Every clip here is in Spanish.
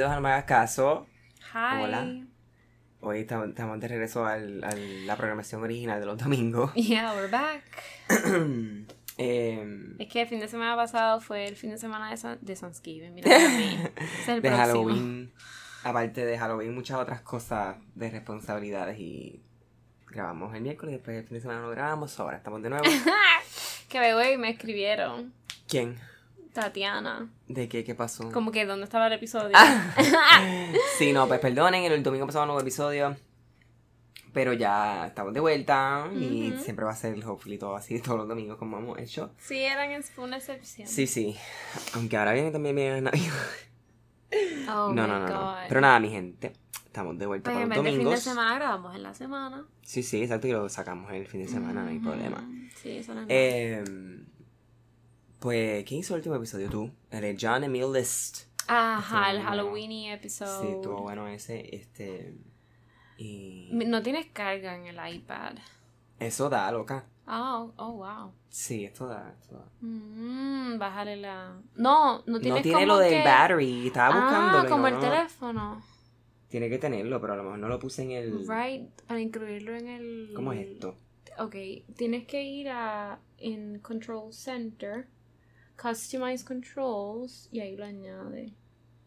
No me hagas caso. Hi. Hola. Hoy estamos de regreso a la programación original de los domingos. Yeah, we're back. Es que el fin de semana pasado fue el fin de semana de Thanksgiving. Mira a mí. Es el de próximo. Halloween. Aparte de Halloween, muchas otras cosas de responsabilidades y grabamos el miércoles y después el fin de semana no grabamos. Ahora estamos de nuevo. Que bebé me escribieron. ¿Quién? Tatiana. ¿De qué? ¿Qué pasó? Como que ¿dónde estaba el episodio? Sí, no, pues perdonen, el domingo pasado no hubo episodio. Pero ya estamos de vuelta y siempre va a ser hopefully todo así todos los domingos como hemos hecho. Sí, fue una excepción. Sí. Aunque ahora también viene Navidad. Oh No. God. Pero nada, mi gente, estamos de vuelta Pues para en los vez de domingos. fin de semana grabamos en la semana. Sí, exacto, y lo sacamos el fin de semana, no hay problema. Sí, eso no es Pues, ¿quién hizo el último episodio? Tú. El de John Emile List. Ajá, el Estuvo Halloween episode. Sí, estuvo bueno ese, y... No tienes carga en el iPad. Eso da, loca. Oh, wow. Sí, esto da. Bájale la... No tienes No tiene como lo del que... battery, estaba buscándolo. como y el no. teléfono. Tiene que tenerlo, pero a lo mejor no lo puse en el... Right, para incluirlo en el... ¿Cómo es esto? Ok, tienes que ir en Control Center, Customize Controls, y ahí lo añade.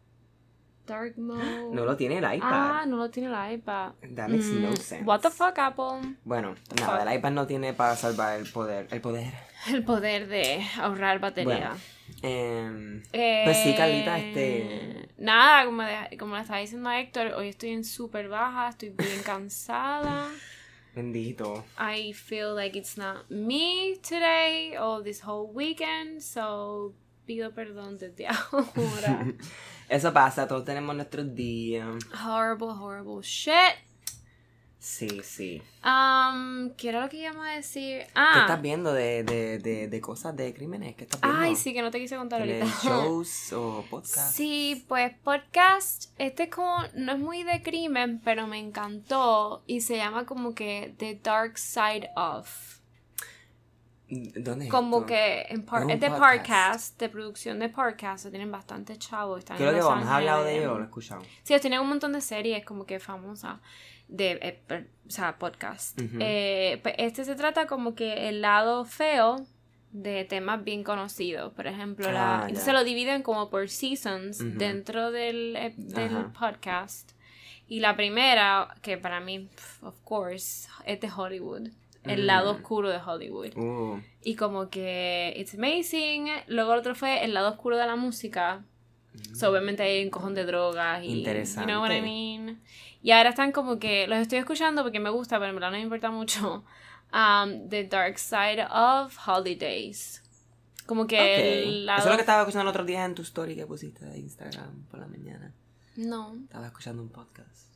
Dark Mode. No lo tiene el iPad. No lo tiene el iPad. That makes no sense. What the fuck, Apple? Bueno, nada, el iPad no tiene para salvar el poder. El poder de ahorrar batería. Bueno, pues sí, Carlita, Nada, como le estaba diciendo a Héctor, hoy estoy en súper baja, estoy bien cansada. Bendito. I feel like it's not me today or this whole weekend, so pido perdón desde ahora. Eso pasa, todos tenemos nuestros días. Horrible shit. Sí. ¿Qué era lo que íbamos a decir? ¿Qué estás viendo de cosas de crímenes? ¿Qué estás viendo? Ay, sí, que no te quise contar ahorita. ¿Shows o podcasts? Sí, pues podcast, no es muy de crimen, pero me encantó y se llama como que The Dark Side of. ¿Dónde es Como esto? que es de podcast, de producción de podcast, tienen bastante chavos. Creo que vamos a hablar de ello, lo he escuchado. Sí, ellos tienen un montón de series como que famosas de, podcast. Pues este se trata como que el lado feo de temas bien conocidos. Por ejemplo, entonces lo dividen como por seasons dentro del podcast. Y la primera, que para mí, of course, es de Hollywood. El lado oscuro de Hollywood. Y como que it's amazing. Luego el otro fue el lado oscuro de la música. So, obviamente hay un cojón de drogas y interesante. You know what I mean? Y ahora están como que los estoy escuchando porque me gusta, pero en verdad no me importa mucho. The Dark Side of Holidays. Como que el lado... Eso es lo que estaba escuchando el otro día en tu story que pusiste de Instagram por la mañana. No. Estaba escuchando un podcast.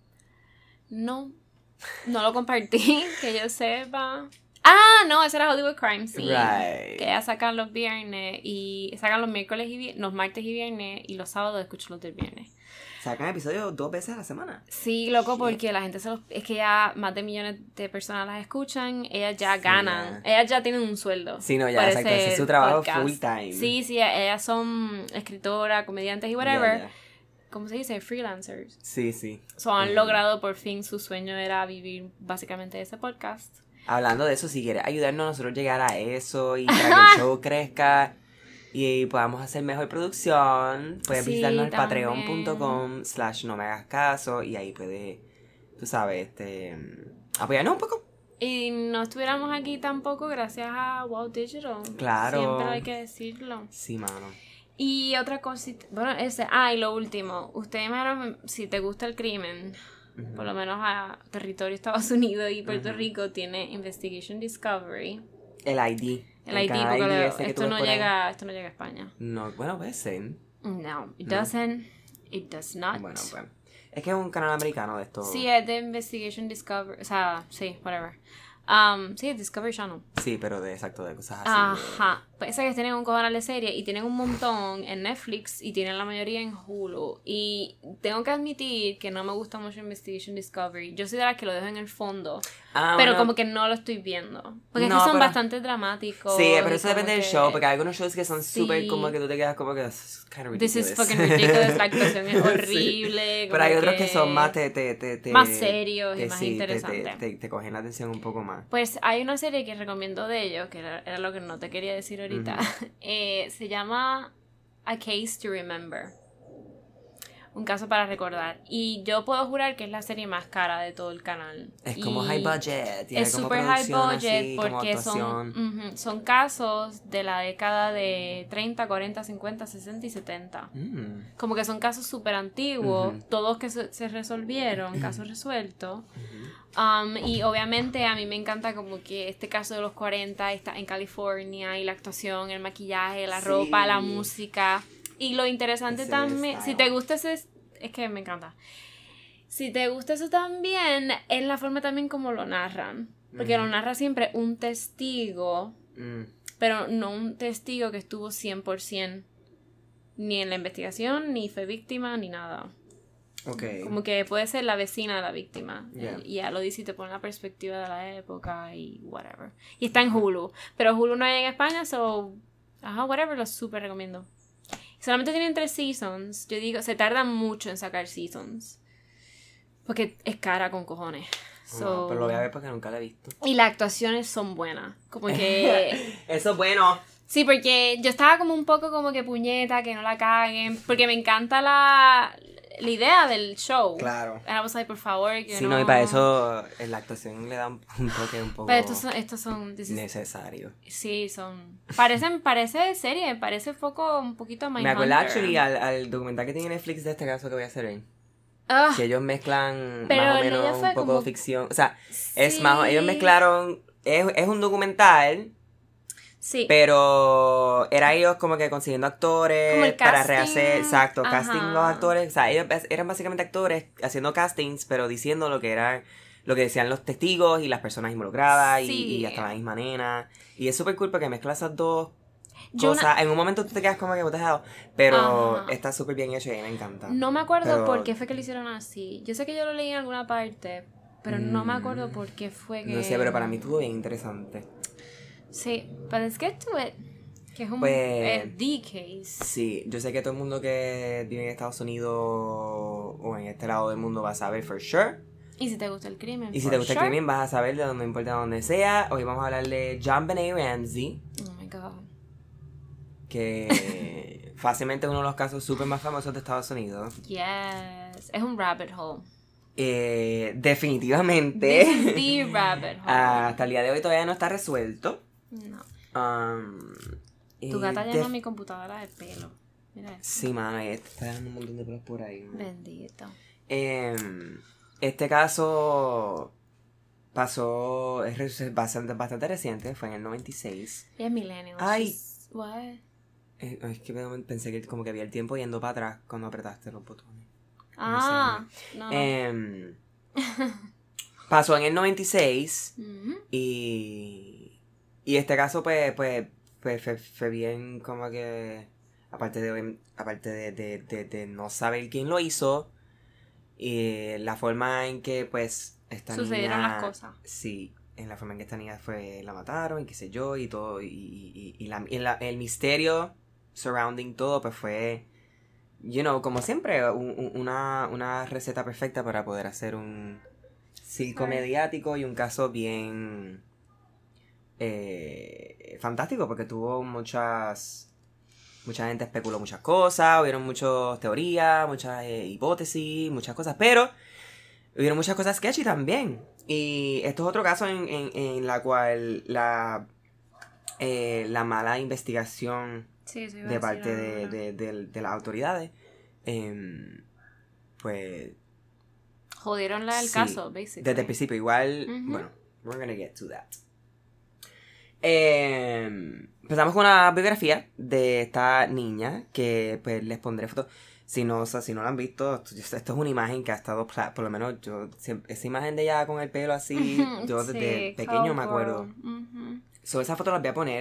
No lo compartí, que yo sepa. No, ese era Hollywood Crime Scene. Right. Que ya sacan los viernes y sacan los miércoles los martes y viernes y los sábados escucho los del viernes. Sacan episodios 2 veces a la semana. Sí, loco, porque la gente es que ya más de millones de personas las escuchan, ellas ya ganan, ellas ya tienen un sueldo. Sí, no, ya, exacto, ese es su trabajo podcast. full time. Sí, ellas son escritoras, comediantes y whatever. Yeah. ¿Cómo se dice? Freelancers. Sí. Han logrado por fin, su sueño era vivir básicamente ese podcast. Hablando de eso, si quieres ayudarnos a nosotros llegar a eso y para que el show crezca y podamos hacer mejor producción, puedes visitarnos en patreon.com/nomehagascaso y ahí puedes, tú sabes, apoyarnos un poco. Y no estuviéramos aquí tampoco gracias a Wow Digital. Claro. Siempre hay que decirlo. Sí, mano. Y otra cosita, bueno, y lo último, ustedes me dijeron, si te gusta el crimen, por lo menos a territorio Estados Unidos y Puerto Rico, tiene Investigation Discovery. El ID. El ID, porque esto no llega a España. No, bueno, puede ser. No, it doesn't. It does not. Bueno, pues. Es que es un canal americano de esto. Sí, es de Investigation Discovery, o sea, sí, whatever. Sí, Discovery Channel. Sí, pero de cosas así. Ajá. pues sé que tienen un cojonal de serie y tienen un montón en Netflix y tienen la mayoría en Hulu. Y tengo que admitir que no me gusta mucho Investigation Discovery. Yo soy de las que lo dejo en el fondo, pero bueno, como que no lo estoy viendo. Porque no, es que son pero... bastante dramáticos. Sí, pero eso como depende del que... show, porque hay algunos shows que son Sí. súper como que tú te quedas como que es kind of This ridiculous. is fucking ridiculous, la actuación es Sí. horrible. Pero hay otros que son más más serios y más sí, interesantes. te cogen la atención un poco más. Pues hay una serie que recomiendo de ellos, que era lo que no te quería decir ahorita. Se llama A Case to Remember. Un caso para recordar. Y yo puedo jurar que es la serie más cara de todo el canal. Es como high budget. Tiene Es como super high producción budget así, como porque actuación. son casos de la década de 30, 40, 50, 60 y 70. Como que son casos súper antiguos, todos que se resolvieron, casos resueltos. Y obviamente a mí me encanta como que este caso de los 40 está en California y la actuación, el maquillaje, la ropa, la música. Y lo interesante también, si te gusta es que me encanta. Si te gusta eso también, es la forma también como lo narran. Porque lo narra siempre un testigo, pero no un testigo que estuvo 100% ni en la investigación, ni fue víctima, ni nada. Okay. Como que puede ser la vecina de la víctima. Yeah. Y ya lo dice y te pone la perspectiva de la época y whatever. Y está en Hulu. Pero Hulu no hay en España, so... whatever, lo súper recomiendo. Solamente tienen 3 seasons. Yo digo, se tardan mucho en sacar seasons. Porque es cara con cojones. So... pero lo voy a ver porque nunca la he visto. Y las actuaciones son buenas. Como que... Eso es bueno. Sí, porque yo estaba como un poco como que puñeta, que no la caguen. Porque me encanta la idea del show. Claro. Era like, por favor, que Sí, no... y para eso la actuación le da un toque un poco Pero estos son necesario. Sí, parece serie, parece un poquito Me acuerdo actually al documental que tiene Netflix de este caso que voy a hacer hoy. Que ellos mezclan más o menos un poco de ficción. O sea, es más, ellos mezclaron, es un documental. Sí. Pero era ellos como que consiguiendo actores como el para casting, rehacer, exacto, casting ajá. los actores, o sea, ellos eran básicamente actores haciendo castings, pero diciendo lo que era, lo que decían los testigos y las personas involucradas y hasta la misma nena. Y es súper cool porque mezcla esas dos cosas. En un momento tú te quedas como que botejado, pero está súper bien hecho y a mí me encanta. No me acuerdo por qué fue que lo hicieron así. Yo sé que yo lo leí en alguna parte, pero no me acuerdo por qué fue que... No sé, pero para mí estuvo bien interesante. Sí, but let's get to it. Que es un pues, the case. Sí, yo sé que todo el mundo que vive en Estados Unidos o en este lado del mundo va a saber for sure. Y si te gusta el crimen. Y si te gusta el crimen vas a saber de donde importa donde sea. Hoy vamos a hablar de JonBenet Ramsey. Oh my god. Que fácilmente es uno de los casos súper más famosos de Estados Unidos. Yes, es un rabbit hole. Definitivamente. This is the rabbit hole. Hasta el día de hoy todavía no está resuelto. No. Tu Tu gata llama a mi computadora de pelo. Mira eso. Sí, mano, está dando un montón de pelos por ahí. ¿No? Bendito. Este caso pasó, es bastante reciente, fue en el 96. Y es millennial. Ay. What? Es que pensé que como que había el tiempo yendo para atrás cuando apretaste los botones. No. Pasó en el 96 Mm-hmm. y este caso pues fue bien como que aparte de no saber quién lo hizo y la forma en que pues esta sucedieron niña, las cosas. Sí, en la forma en que esta niña la mataron y qué sé yo y todo y el misterio surrounding todo pues fue, como siempre una receta perfecta para poder hacer un circo mediático y un caso bien fantástico porque tuvo mucha gente especuló muchas cosas, hubieron muchas teorías, muchas hipótesis, muchas cosas, pero hubieron muchas cosas sketchy también. Y esto es otro caso en la cual la mala investigación de parte de las autoridades pues jodieron el caso, basically. Desde el principio, igual, bueno, we're gonna get to that. Empezamos con una biografía de esta niña que pues les pondré fotos. Si no la han visto, esto es una imagen que ha estado, por lo menos esa imagen de ella con el pelo así, yo desde pequeño me acuerdo. So, esa foto las voy a poner.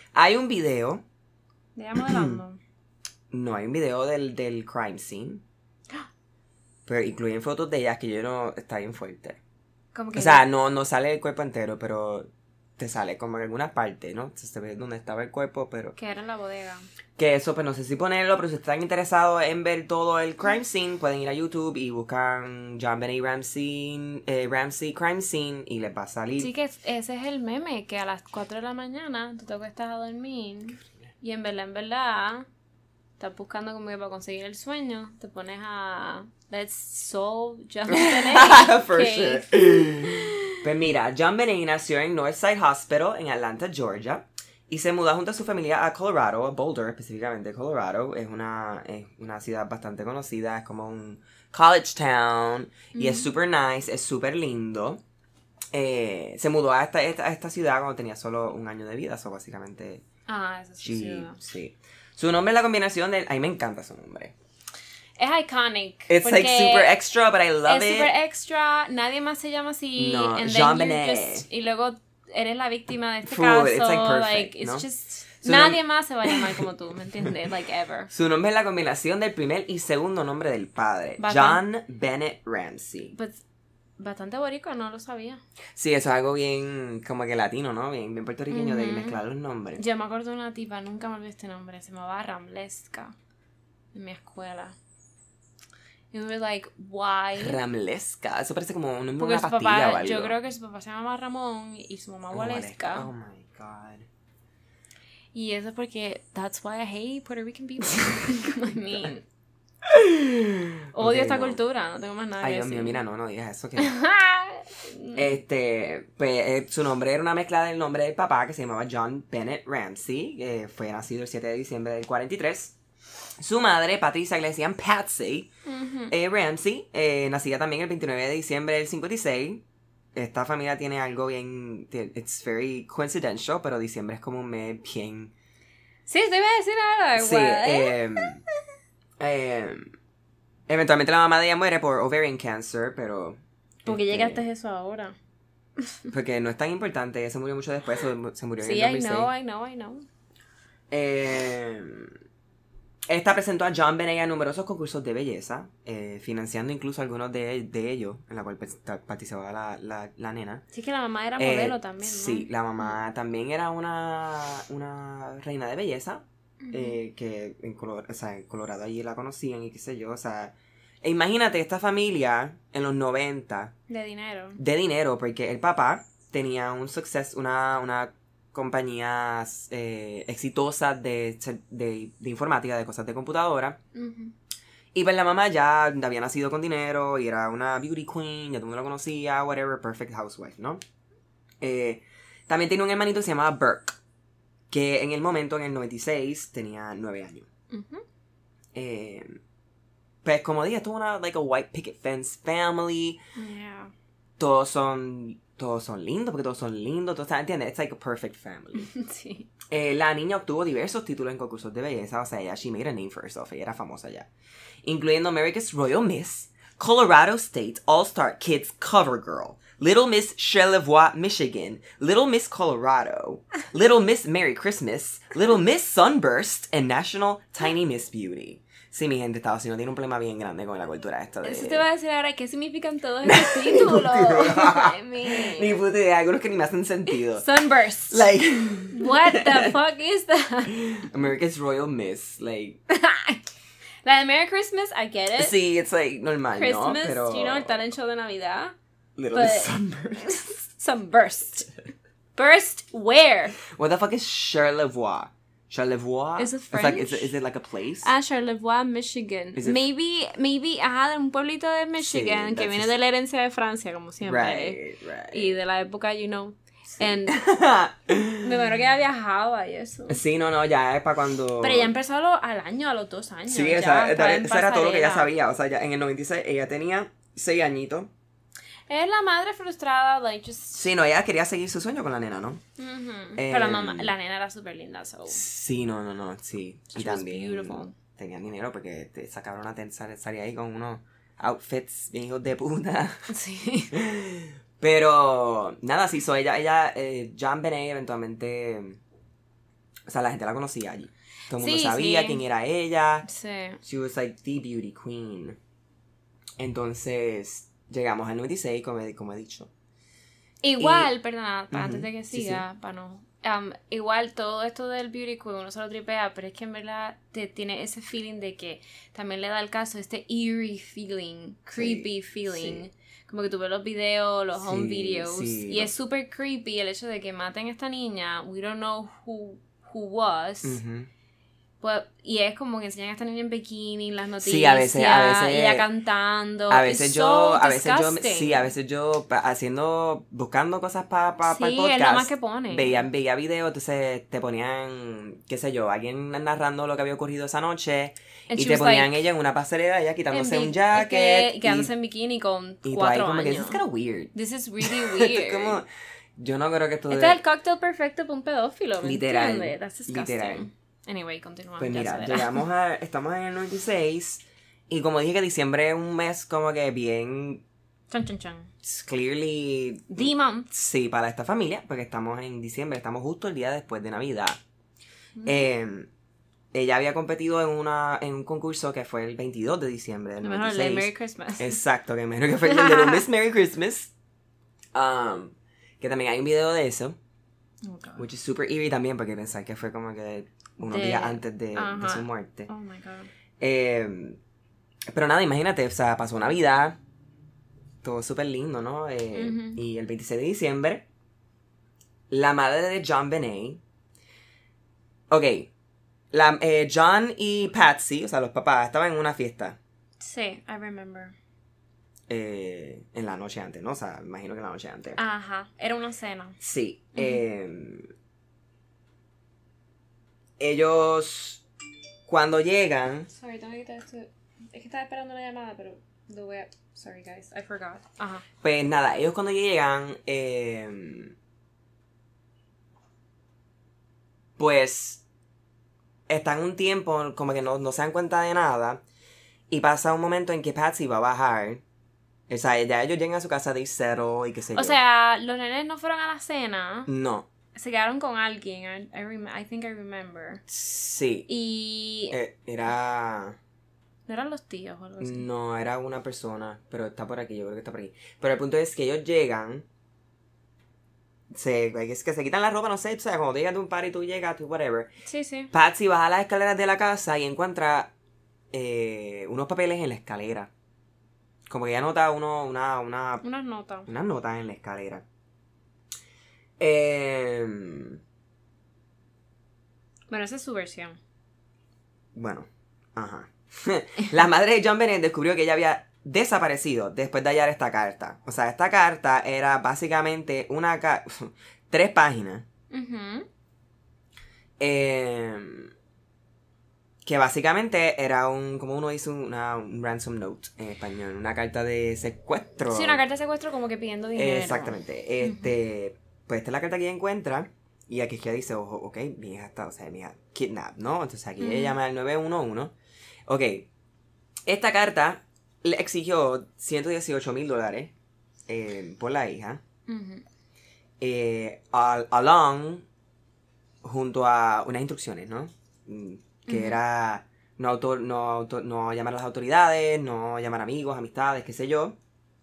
Hay un video. ¿De ella modelando? No, hay un video del crime scene. Pero incluyen fotos de ellas que yo no... Está bien fuerte. Como que O sea, no sale el cuerpo entero, pero te sale como en alguna parte, ¿no? Se ve donde estaba el cuerpo, pero... que era en la bodega. Que eso, pues no sé si ponerlo, pero si están interesados en ver todo el crime scene, pueden ir a YouTube y buscan JonBenét Ramsey crime scene y les va a salir. Sí, que ese es el meme, que a las 4 de la mañana tú te acuestas a dormir y en verdad, estás buscando como que para conseguir el sueño, te pones a Let's Solve JonBenét. For sure. Pues mira, JonBenét nació en Northside Hospital en Atlanta, Georgia. Y se mudó junto a su familia a Colorado, a Boulder específicamente. Colorado es una ciudad bastante conocida, es como un college town y es super nice, es súper lindo. Se mudó a esta ciudad cuando tenía solo un año de vida, eso básicamente. Ah, esa es su ciudad. Sí. Su nombre es la combinación de... A mí me encanta su nombre. Es iconic. It's like super extra, but I love it. Es super extra, nadie más se llama así. No, and then JonBenét. y luego eres la víctima de este Food, caso. it's like perfect, like, it's ¿no? just... Su nadie más se va a llamar como tú, ¿me entiendes? Like, ever. Su nombre es la combinación del primer y segundo nombre del padre. JonBenét Ramsey. Pues, bastante boricua, no lo sabía. Sí, eso es algo bien como que latino, ¿no? Bien puertorriqueño de mezclar los nombres. Yo me acuerdo de una tipa, nunca me olvidé este nombre, se llamaba Ramleska en mi escuela. Y we were like, why? Ramleska, eso parece como una Porque su pastilla o papá, algo. yo creo que su papá se llamaba Ramón y su mamá Waleska. Oh my god. Y eso porque that's why I hate Puerto Rican people. I mean, odio Okay, esta no. cultura, no tengo más nada Ay, que Dios decir. mío, mira, no digas eso. Pues su nombre era una mezcla del nombre del papá que se llamaba JonBenét Ramsey, que fue nacido el 7 de diciembre del 43. Su madre, Patricia, que le decían Patsy Ramsey, nacida también el 29 de diciembre del 56. Esta familia tiene algo bien... It's very coincidental, pero diciembre es como un mes bien... Sí, te iba a decir ahora. Sí, eventualmente la mamá de ella muere por ovarian cancer, pero... ¿Por qué llegaste a eso ahora? Porque no es tan importante, ella se murió mucho después, se murió en Sí, el I 2006. know. Esta presentó a JonBenét a numerosos concursos de belleza, financiando incluso algunos de ellos, en la cual participaba la nena. Sí, que la mamá era modelo también, ¿no? Sí, la mamá también era una reina de belleza, que en Colorado allí la conocían y qué sé yo, o sea... E imagínate esta familia en los 90. De dinero. De dinero, porque el papá tenía una compañía exitosa de informática, de cosas de computadora. Y pues la mamá ya había nacido con dinero y era una beauty queen, ya todo el mundo lo conocía, whatever, perfect housewife, ¿no? También tenía un hermanito que se llamaba Burke, que en el momento, en el 96, tenía 9 años. Pues como dije, esto es una like a white picket fence family. Yeah. Todos son lindos, porque todos son lindos, todos, ¿entiendes? It's like a perfect family. Sí. La niña obtuvo diversos títulos en concursos de belleza, o sea, ella, she made a name for herself, ella era famosa ya. Incluyendo America's Royal Miss, Colorado State All-Star Kids Cover Girl, Little Miss Charlevoix, Michigan, Little Miss Colorado, Little Miss Merry Christmas, Little Miss Sunburst, and National Tiny Miss Beauty. Sí, mi gente, Estados Unidos tiene un problema bien grande con la cultura esta de... Eso te voy a decir ahora, ¿qué significan todos estos títulos? I mean... Ni puta idea, algunos que ni me hacen sentido. Sunburst. Like... What the fuck is that? America's Royal Miss, like... La de Merry Christmas, I get it. Sí, it's like normal, Christmas, ¿no? Pero... you know, el talent show de Navidad. Little but- Miss Sunburst. Sunburst. Burst where? What the fuck is Charlevoix? Charlevoix? Is it It's like, French? is it like a place? Ah, Charlevoix, Michigan. Is it- Maybe, ajá, de un pueblito de Michigan Sí, que that's viene just- de la herencia de Francia, como siempre. Right. Y de la época, you know. And me acuerdo que ella viajaba y eso. Sí, no, ya es para cuando... Pero ella empezó al año, a los 2 años. Sí, ya esa estaba en era todo lo que ella pasarela. sabía. O sea, ya en el 96 ella tenía 6 añitos. Es la madre frustrada, like, just... Sí, no, ella quería seguir su sueño con la nena, ¿no? Pero la nena era súper linda, so... Sí, no, sí. She Y was también beautiful. tenían dinero porque esa cabrona salía ahí con unos outfits bien hijos de puta. Sí. Pero, nada, sí, ella JonBenét eventualmente O sea, la gente la conocía allí. Todo el mundo Sí, sabía sí. quién era ella. Sí. She was like the beauty queen. Entonces, llegamos al 96, como he dicho. Igual, perdona, Ujú, antes de que sí, siga, para no... igual todo esto del beauty queen uno se lo tripea, pero es que en verdad te tiene ese feeling de que también le da el caso, este eerie feeling, creepy feeling. sí. Como que tú ves los videos, los home Sí, videos, sí, y es súper creepy el hecho de que maten a esta niña, we don't know who was, Ujú. pues, y es como que enseñan a esta niña en bikini, en las noticias, Sí, a veces, ella cantando, a veces it's so a disgusting. sí, a veces yo buscando cosas para el Sí, podcast, es lo más que pone. veía videos, entonces te ponían, qué sé yo, alguien narrando lo que había ocurrido esa noche, And y she te was ponían like, ella en una pasarela, ella quitándose un jacket, quedándose en bikini con y tú ahí 4 como que, años. this is kind of weird. This is really Esto weird. es como, yo no creo que esto Este es el cóctel perfecto para un pedófilo, ¿me Literal, entiendes? That's disgusting. literal. Anyway, continuamos. Pues mira, ya estamos en el 96, y como dije que diciembre es un mes como que bien Chan, chan, chan. clearly The month. sí, para esta familia, porque estamos en diciembre, estamos justo el día después de Navidad. Ella había competido en un concurso que fue el 22 de diciembre del Mejor 96. Merry Christmas. Exacto, que mejor que fue el de Miss Merry Christmas. Que también hay un video de eso, Oh, God. which is super eerie también, porque pensar que fue como que unos días antes de su muerte. Oh my God. Pero nada, imagínate, o sea, pasó Navidad, todo súper lindo, ¿no? Y el 26 de diciembre, la madre de John Benet, John y Patsy, o sea, los papás, estaban en una fiesta Sí, I remember. en la noche antes, ¿no? O sea, imagino que la noche antes. Ajá, era una cena. Sí. Ellos, cuando llegan... Sorry, tengo que quitar esto. Es que estaba esperando una llamada, pero lo voy a... Sorry, guys, I forgot. Ajá. Pues nada, ellos cuando llegan, pues están un tiempo como que no se dan cuenta de nada, y pasa un momento en que Patsy va a bajar. O sea, ya ellos llegan a su casa de settle y qué sé yo. O sea, los nenes no fueron a la cena. No. Se quedaron con alguien. I think I remember. Sí. Y... Era... ¿No eran los tíos o algo así? No, era una persona, pero está por aquí, yo creo que está por aquí. Pero el punto es que ellos llegan, es que se quitan la ropa, no sé, o sea, cuando tú llegas de un party, tú llegas, tú whatever. Sí, sí. Patsy baja las escaleras de la casa y encuentra unos papeles en la escalera. Como que ella nota Unas notas. unas notas en la escalera. Bueno, esa es su versión. Bueno, ajá. La madre de John Bennett descubrió que ella había desaparecido después de hallar esta carta. O sea, esta carta era básicamente 3 páginas. Que básicamente era como uno dice, un ransom note en español, una carta de secuestro. Sí, una carta de secuestro como que pidiendo dinero. Exactamente. Pues esta es la carta que ella encuentra, y aquí ella dice, ojo, ok, mi hija está, o sea, mi hija kidnap, ¿no? Entonces aquí ella llama al 911. Ok, esta carta le exigió $118,000 por la hija. Along, junto a unas instrucciones, ¿no? Que era no llamar a las autoridades, no llamar amigos, amistades, qué sé yo.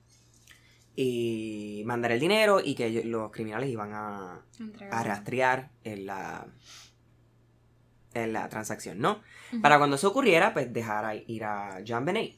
Y mandar el dinero, y que los criminales iban a rastrear en la transacción, ¿no? Para cuando eso ocurriera, pues dejar ir a John Benet.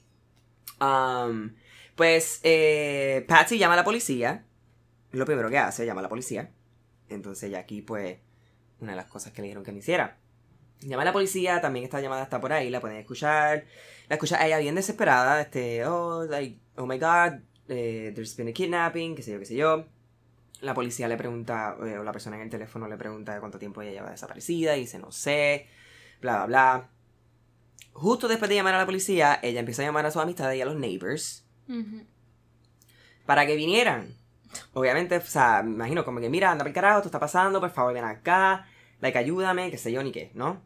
Pues Patsy llama a la policía. Lo primero que hace, llama a la policía. Entonces ya aquí, pues, una de las cosas que le dijeron que me hiciera. Llama a la policía, también esta llamada está por ahí, la pueden escuchar. La escucha ella bien desesperada, oh my God, there's been a kidnapping, qué sé yo. La policía le pregunta, o la persona en el teléfono le pregunta cuánto tiempo ella lleva desaparecida, y dice, no sé, bla, bla, bla. Justo después de llamar a la policía, ella empieza a llamar a sus amistades y a los neighbors para que vinieran. Obviamente, o sea, me imagino como que, mira, anda por el carajo, esto está pasando, por favor ven acá, ayúdame, qué sé yo, ni qué, ¿no?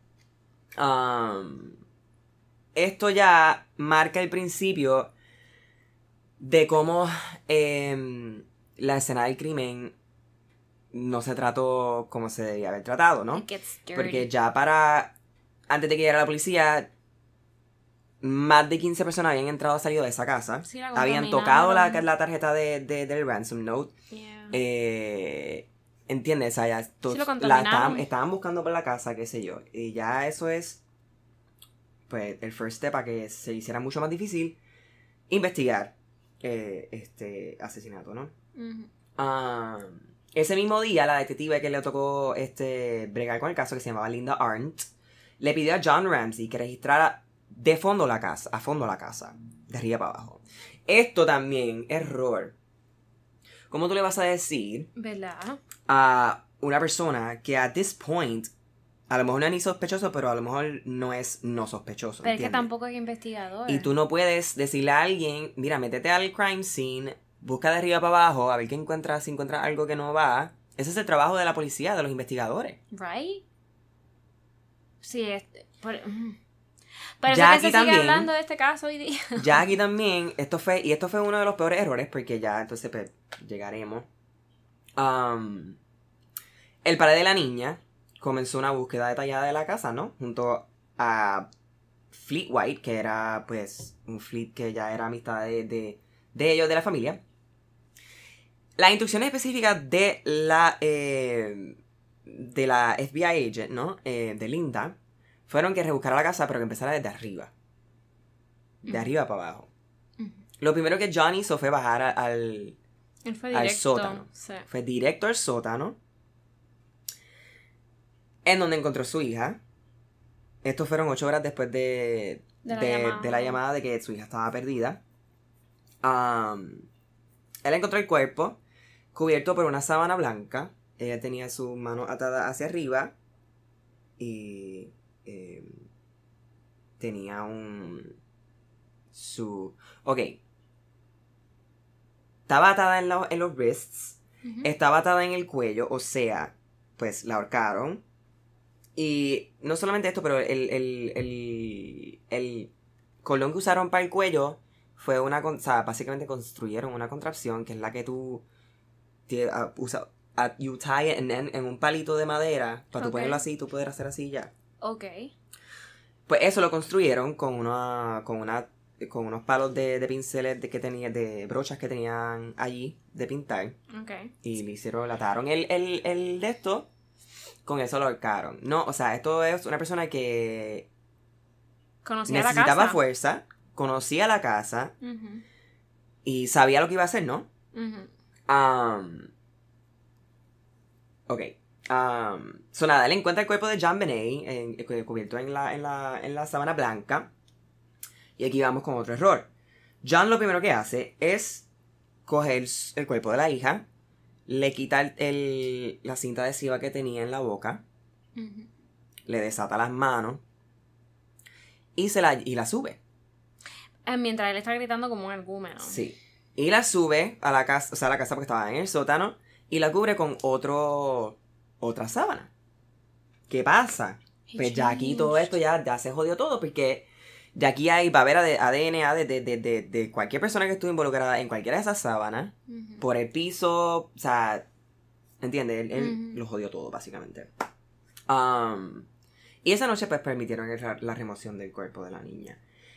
Esto ya marca el principio de cómo la escena del crimen no se trató como se debía haber tratado, ¿no? It gets dirty. Porque ya antes de que llegara la policía, más de 15 personas habían entrado o salido de esa casa. Sí, la habían contaminaron. tocado la tarjeta del ransom note. Yeah. ¿Entiendes? O sea, ya Sí, lo contaminaron. estaban buscando por la casa, qué sé yo. Y ya eso es, pues, el first step a que se hiciera mucho más difícil investigar este asesinato, ¿no? Ese mismo día, la detective que le tocó bregar con el caso, que se llamaba Linda Arndt, le pidió a John Ramsey que registrara a fondo la casa, de arriba para abajo. Esto también, error. ¿Cómo tú le vas a decir ¿Verdad? a una persona que at this point, a lo mejor no es ni sospechoso, pero a lo mejor no es no sospechoso? Pero ¿entiendes? es que tampoco es investigador. Y tú no puedes decirle a alguien, mira, métete al crime scene, busca de arriba para abajo, a ver qué encuentras, si encuentras algo que no va. Ese es el trabajo de la policía, de los investigadores. Right? Sí, por eso Ya es que aquí se sigue también, hablando de este caso hoy día. Ya aquí también, esto fue uno de los peores errores, porque ya entonces pues, llegaremos. El padre de la niña comenzó una búsqueda detallada de la casa, ¿no? Junto a Fleet White, que era pues un Fleet que ya era amistad de ellos, de la familia. Las instrucciones específicas de la FBI agent, ¿no? De Linda, fueron que rebuscara la casa, pero que empezara desde arriba. De arriba para abajo. Lo primero que John hizo fue bajar Él fue directo, al sótano. Sí. Fue directo al sótano, en donde encontró a su hija. Estos fueron 8 horas después de la llamada de que su hija estaba perdida. Él encontró el cuerpo cubierto por una sábana blanca. Ella tenía su mano atada hacia arriba y tenía ok. Estaba atada en los wrists. Estaba atada en el cuello, o sea, pues la ahorcaron. Y no solamente esto, pero el cordón que usaron para el cuello fue o sea, básicamente construyeron una contrapción que es la que tú usas, you tie it en un palito de madera para tú ponerlo así y tú poder hacer así ya. Ok. Pues eso lo construyeron con unos palos de pinceles de brochas que tenían allí de pintar. Ok. Y le ataron el de esto. Con eso lo ahorcaron. No, o sea, esto es una persona que necesitaba fuerza, conocía la casa y sabía lo que iba a hacer, ¿no? Ok. So nada, él encuentra el cuerpo de John Benet cubierto en la sábana blanca. Y aquí vamos con otro error. John lo primero que hace es coger el cuerpo de la hija, le quita la cinta adhesiva que tenía en la boca, le desata las manos y la sube. Mientras él está gritando como un argumento. Sí. Y la sube a la casa, o sea, a la casa porque estaba en el sótano, y la cubre con otra sábana. ¿Qué pasa? Pues ya aquí todo esto ya se jodió todo, porque de aquí va a haber ADN de cualquier persona que estuvo involucrada en cualquiera de esas sábanas, por el piso, o sea, ¿entiendes? Él lo jodió todo, básicamente. Y esa noche, pues, permitieron la remoción del cuerpo de la niña.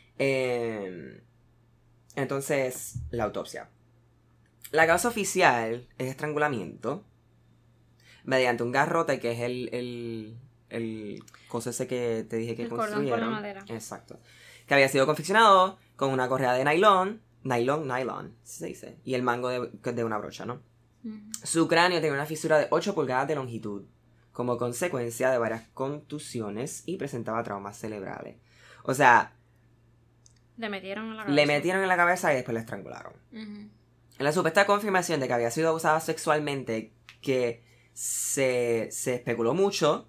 Entonces, la autopsia. La causa oficial es estrangulamiento mediante un garrote, que es el cosa ese que te dije que construyeron. Cordón con la madera. Exacto. Que había sido confeccionado con una correa de nylon, se dice, y el mango de una brocha, ¿no? Su cráneo tenía una fisura de 8 pulgadas de longitud, como consecuencia de varias contusiones, y presentaba traumas cerebrales. O sea, le metieron en la cabeza y después la estrangularon. En la supuesta confirmación de que había sido abusada sexualmente, que se especuló mucho,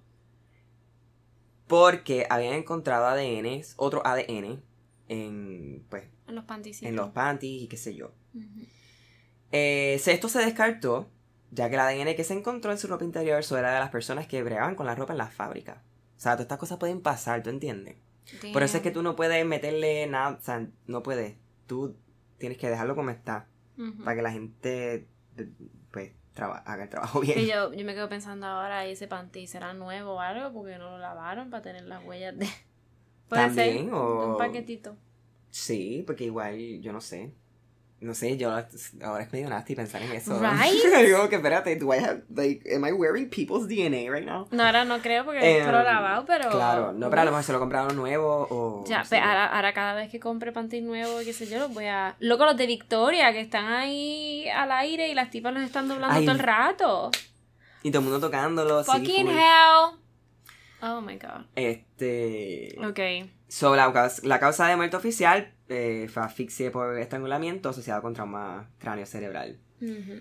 porque habían encontrado otro ADN en los panties. En los panties y qué sé yo. Esto se descartó, ya que el ADN que se encontró en su ropa interior era de las personas que bregaban con la ropa en las fábricas. O sea, todas estas cosas pueden pasar, ¿tú entiendes? Damn. Por eso es que tú no puedes meterle nada, o sea, no puedes. Tú tienes que dejarlo como está, para que la gente, pues, haga el trabajo bien. Y yo me quedo pensando ahora, ¿y ese panty será nuevo o algo? Porque no lo lavaron para tener las huellas de... Puede También, ser o... un paquetito. Sí, porque igual, yo no sé. No sé, yo ahora es medio nasty pensar en eso. Right? Digo que espérate, do I have, like, am I wearing people's DNA right now? No, ahora no creo porque esto lo he lavado, pero... Claro, no, pero a lo mejor se lo compraron nuevo o... Ya, sí. pero ahora cada vez que compre panty nuevo, qué sé yo, los voy a... Loco, los de Victoria, que están ahí al aire y las tipas los están doblando Ay. todo el rato. Y todo el mundo tocándolo. Fucking sí, full. hell. Oh my god. Ok. So, la causa de muerte oficial fue asfixia por estrangulamiento asociado con trauma cráneo cerebral. Ujú.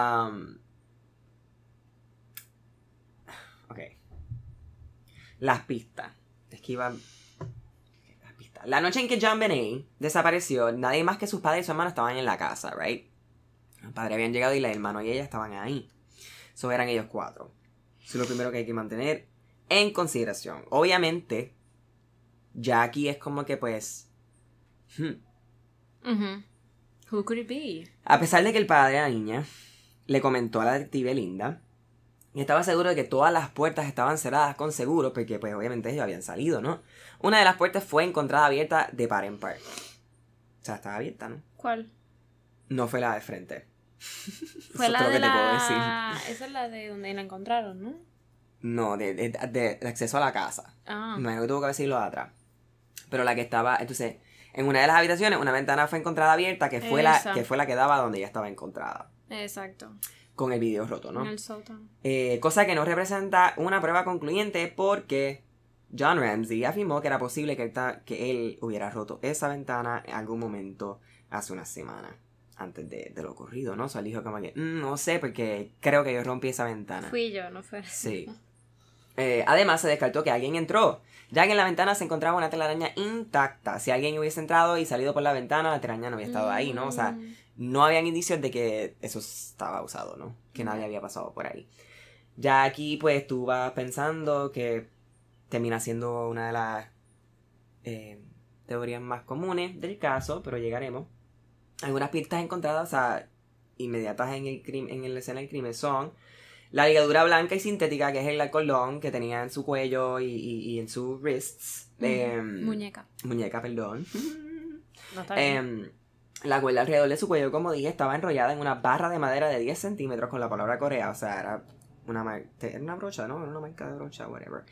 Ok. Las pistas. Es que iban... Las pistas. La noche en que John Benet desapareció, nadie más que sus padres y su hermano estaban en la casa, right? Los padres habían llegado y el hermano y ella estaban ahí. So, eran ellos 4. Eso es lo primero que hay que mantener en consideración. Obviamente, ya aquí es como que pues... Ujú. Who could it be? A pesar de que el padre de la niña le comentó a la detective Linda y estaba seguro de que todas las puertas estaban cerradas con seguro, porque pues obviamente ellos habían salido, ¿no? Una de las puertas fue encontrada abierta de par en par. O sea, estaba abierta, ¿no? ¿Cuál? No fue la de frente. Fue Eso la es todo de lo que te puedo decir. la... Esa es la de donde la encontraron, ¿no? No, de acceso a la casa. Ah. Me imagino que tuvo que haber sido lo de atrás. Pero la que estaba, entonces, en una de las habitaciones, una ventana fue encontrada abierta, que fue la que daba donde ella estaba encontrada. Exacto. Con el video roto, ¿no? En el sótano. Cosa que no representa una prueba concluyente porque John Ramsey afirmó que era posible que él hubiera roto esa ventana en algún momento hace unas semanas antes de lo ocurrido, ¿no? O sea, él dijo como que, no sé, porque creo que yo rompí esa ventana. Fui yo, no fue. Sí. Además, se descartó que alguien entró, ya que en la ventana se encontraba una telaraña intacta. Si alguien hubiese entrado y salido por la ventana, la telaraña no había estado ahí, ¿no? O sea, no habían indicios de que eso estaba usado, ¿no? Que nadie había pasado por ahí. Ya aquí, pues, tú vas pensando que termina siendo una de las teorías más comunes del caso, pero llegaremos. Algunas pistas encontradas, o sea, inmediatas en la escena del crimen son la ligadura blanca y sintética, que es el cordón que tenía en su cuello y en sus wrists. Muñeca. Muñeca, perdón. No está bien. La cuerda alrededor de su cuello, como dije, estaba enrollada en una barra de madera de 10 centímetros con la palabra Corea. O sea, era una brocha, ¿no? Era una marca de brocha, whatever.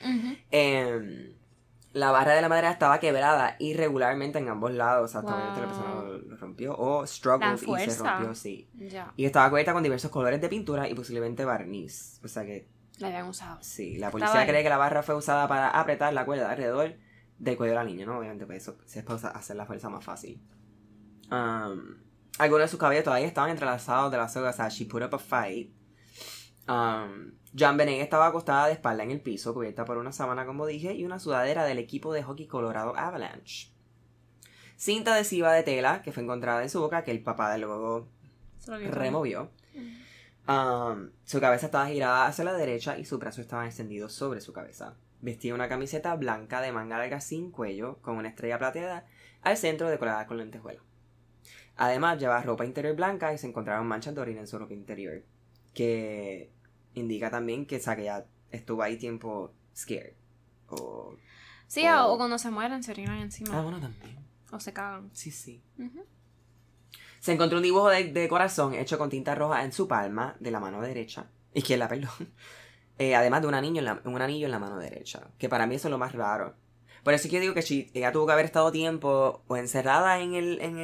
La barra de la madera estaba quebrada irregularmente en ambos lados. O sea, hasta obviamente la persona lo rompió. O struggled y se rompió, sí. Ya. Y estaba cubierta con diversos colores de pintura y posiblemente barniz. O sea que... La habían usado. Sí, la policía cree que la barra fue usada para apretar la cuerda alrededor del cuello de la niña, ¿no? Obviamente, pues eso es para hacer la fuerza más fácil. Algunos de sus cabellos todavía estaban entrelazados de la soga, o sea, she put up a fight. John Benet estaba acostada de espalda en el piso, cubierta por una sábana, como dije, y una sudadera del equipo de hockey Colorado Avalanche. Cinta adhesiva de tela que fue encontrada en su boca, que el papá de luego removió. Su cabeza estaba girada hacia la derecha y su brazo estaba extendido sobre su cabeza. Vestía una camiseta blanca de manga larga sin cuello, con una estrella plateada al centro decorada con lentejuelas. Además, llevaba ropa interior blanca y se encontraban manchas de orina en su ropa interior, que indica también que ella estuvo ahí tiempo scared. Sí, o cuando se mueren se orinan encima. Ah, bueno, también. O se cagan. Sí, sí. Se encontró un dibujo de corazón hecho con tinta roja en su palma de la mano derecha. Izquierda, perdón. Además de un anillo en la mano derecha. Que para mí eso es lo más raro. Por eso es que yo digo que ella tuvo que haber estado tiempo o encerrada en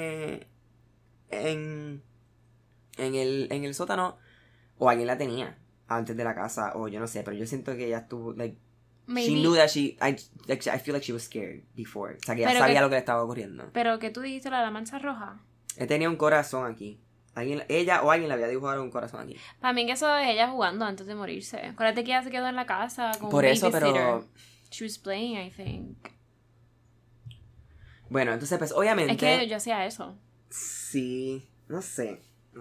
el sótano, o alguien la tenía antes de la casa, o yo no sé, pero yo siento que ella estuvo, like, Maybe. she knew that I feel like she was scared before. O sea, que ella sabía lo que le estaba ocurriendo. Pero que tú dijiste la mancha roja. Él tenía un corazón aquí. Ella o alguien le había dibujado un corazón aquí. Para mí que eso es ella jugando antes de morirse. Acuérdate que ella se quedó en la casa con Por un eso, babysitter. pero... She was playing, I think. Bueno, entonces pues obviamente... Es que yo hacía eso. Sí, no sé.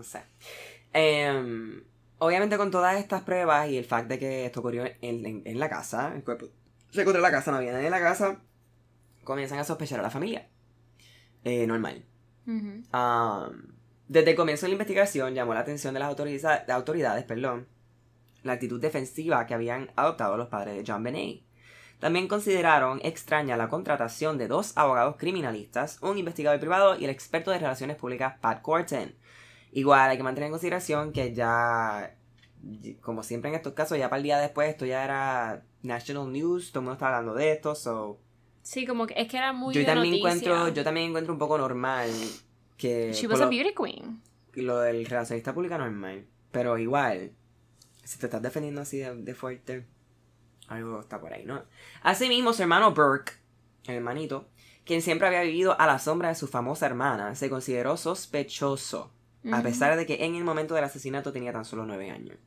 Obviamente con todas estas pruebas y el fact de que esto ocurrió en la casa, el cuerpo se encontró en la casa, no había nadie en la casa, comienzan a sospechar a la familia. Normal. Desde el comienzo de la investigación llamó la atención de las autoridades, la actitud defensiva que habían adoptado los padres de JonBenét. También consideraron extraña la contratación de 2 abogados criminalistas, un investigador privado y el experto de relaciones públicas Pat Corton. Igual hay que mantener en consideración que ya, como siempre en estos casos, ya para el día después esto ya era national news, todo el mundo estaba hablando de esto, so... Sí, como que es que era muy yo de también noticia. Yo también encuentro un poco normal que... She was a beauty queen. Lo del relacionista pública normal. Pero igual, si te estás defendiendo así de fuerte, algo está por ahí, ¿no? Asimismo, su hermano Burke, el hermanito, quien siempre había vivido a la sombra de su famosa hermana, se consideró sospechoso, a pesar de que en el momento del asesinato tenía tan solo 9 años.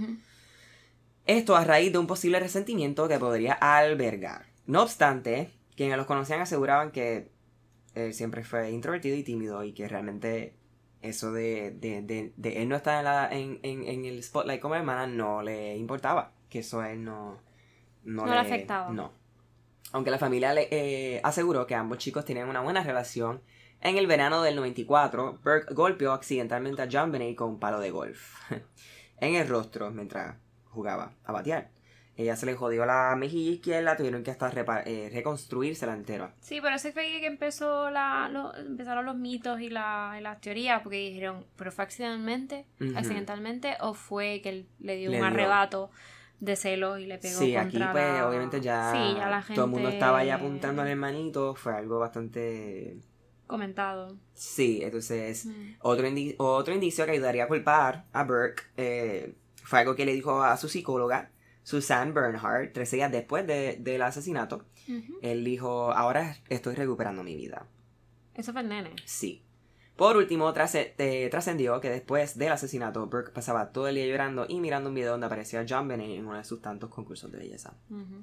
Esto a raíz de un posible resentimiento que podría albergar. No obstante, quienes los conocían aseguraban que él siempre fue introvertido y tímido y que realmente eso de él no estar en el spotlight como hermana no le importaba, que eso a él no le afectaba. No. Aunque la familia le aseguró que ambos chicos tenían una buena relación, en el verano del 94, Burke golpeó accidentalmente a JonBenét con un palo de golf en el rostro mientras jugaba a batear. Ella se le jodió la mejilla izquierda, tuvieron que hasta reconstruírsela entera. Sí, pero ese fue que empezaron los mitos y las teorías, porque dijeron, ¿pero fue accidentalmente o fue que él le dio un arrebato de celos y le pegó sí, contra aquí pues obviamente ya la gente... todo el mundo estaba ya apuntando al hermanito, fue algo bastante... comentado. Sí, entonces otro indicio que ayudaría a culpar a Burke fue algo que le dijo a su psicóloga, Susan Bernhardt, 13 días después del asesinato. Él dijo, ahora estoy recuperando mi vida. Eso fue el nene. Sí. Por último, trascendió que después del asesinato, Burke pasaba todo el día llorando y mirando un video donde aparecía JonBenét en uno de sus tantos concursos de belleza.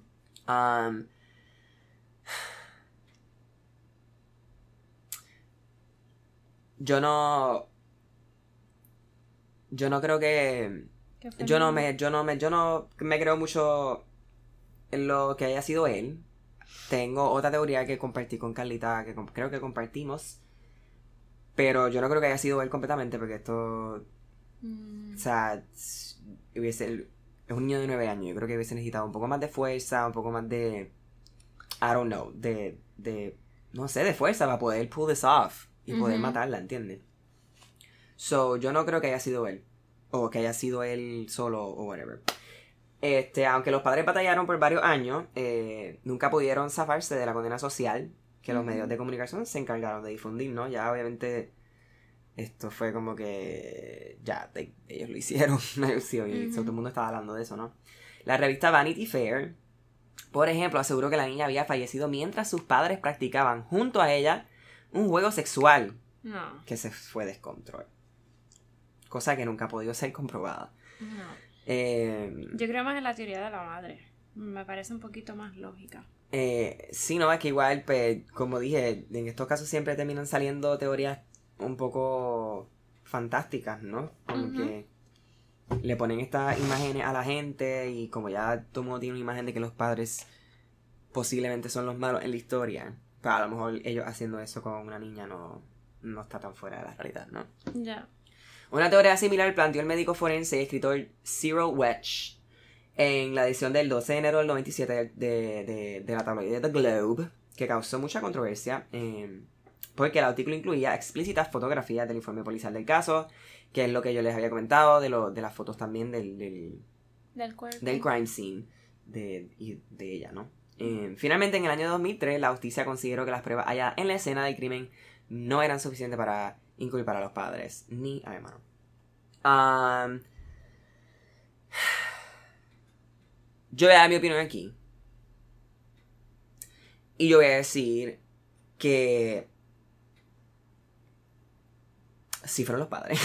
Yo no creo que... Yo no me creo mucho en lo que haya sido él. Tengo otra teoría que compartí con Carlita, que creo que compartimos. Pero yo no creo que haya sido él completamente, porque esto... O sea, es un niño de 9 años. Yo creo que hubiese necesitado un poco más de fuerza, un poco más de... I don't know, no sé, de fuerza para poder pull this off y poder matarla, ¿entiendes? So, yo no creo que haya sido él. O que haya sido él solo o whatever. Aunque los padres batallaron por varios años, nunca pudieron zafarse de la condena social que los medios de comunicación se encargaron de difundir, ¿no? Ya obviamente esto fue como que ya ellos lo hicieron, todo el mundo estaba hablando de eso, ¿no? La revista Vanity Fair, por ejemplo, aseguró que la niña había fallecido mientras sus padres practicaban junto a ella un juego sexual que se fue de descontrol. Cosa que nunca ha podido ser comprobada. Yo creo más en la teoría de la madre. Me parece un poquito más lógica. Sí, no, es que igual, pues, como dije, en estos casos siempre terminan saliendo teorías un poco fantásticas, ¿no? Como que le ponen estas imágenes a la gente y como ya todo el mundo tiene una imagen de que los padres posiblemente son los malos en la historia, pues a lo mejor ellos haciendo eso con una niña no está tan fuera de la realidad, ¿no? Ya. Una teoría similar planteó el médico forense y escritor Cyril Wedge en la edición del 12 de enero del 97 de la tabloide The Globe, que causó mucha controversia porque el artículo incluía explícitas fotografías del informe policial del caso, que es lo que yo les había comentado, de las fotos también del crime scene de ella, ¿no? Finalmente, en el año 2003, la justicia consideró que las pruebas halladas en la escena del crimen no eran suficientes para inculpar a los padres ni al hermano. Yo voy a dar mi opinión aquí. Y yo voy a decir que sí fueron los padres.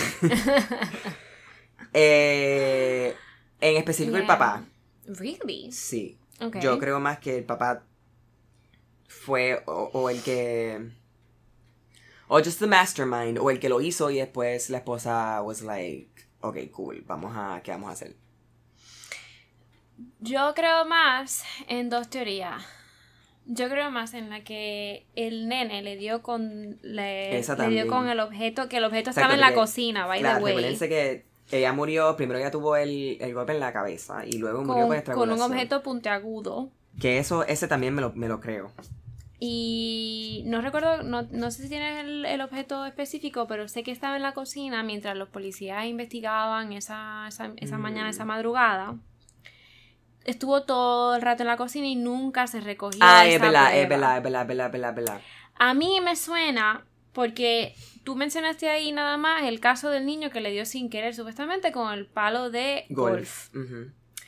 En específico el papá. Really? Sí. Okay. Yo creo más que el papá fue o el que... O just the mastermind, o el que lo hizo y después la esposa was like, okay, cool, ¿qué vamos a hacer? Yo creo más en dos teorías. Yo creo más en la que el nene le dio con le dio también. con el objeto, que el objeto Exacto, estaba en la porque, cocina, by claro, the way. recuérdense que ella murió, primero ella tuvo el golpe en la cabeza y luego murió por Con estrangulación. un objeto puntiagudo. Que ese también me lo creo. Y no recuerdo, no sé si tienes el objeto específico, pero sé que estaba en la cocina mientras los policías investigaban esa mañana, esa madrugada. Estuvo todo el rato en la cocina y nunca se recogió esa es prueba. verdad. A mí me suena porque tú mencionaste ahí nada más el caso del niño que le dio sin querer, supuestamente con el palo de golf. Uh-huh.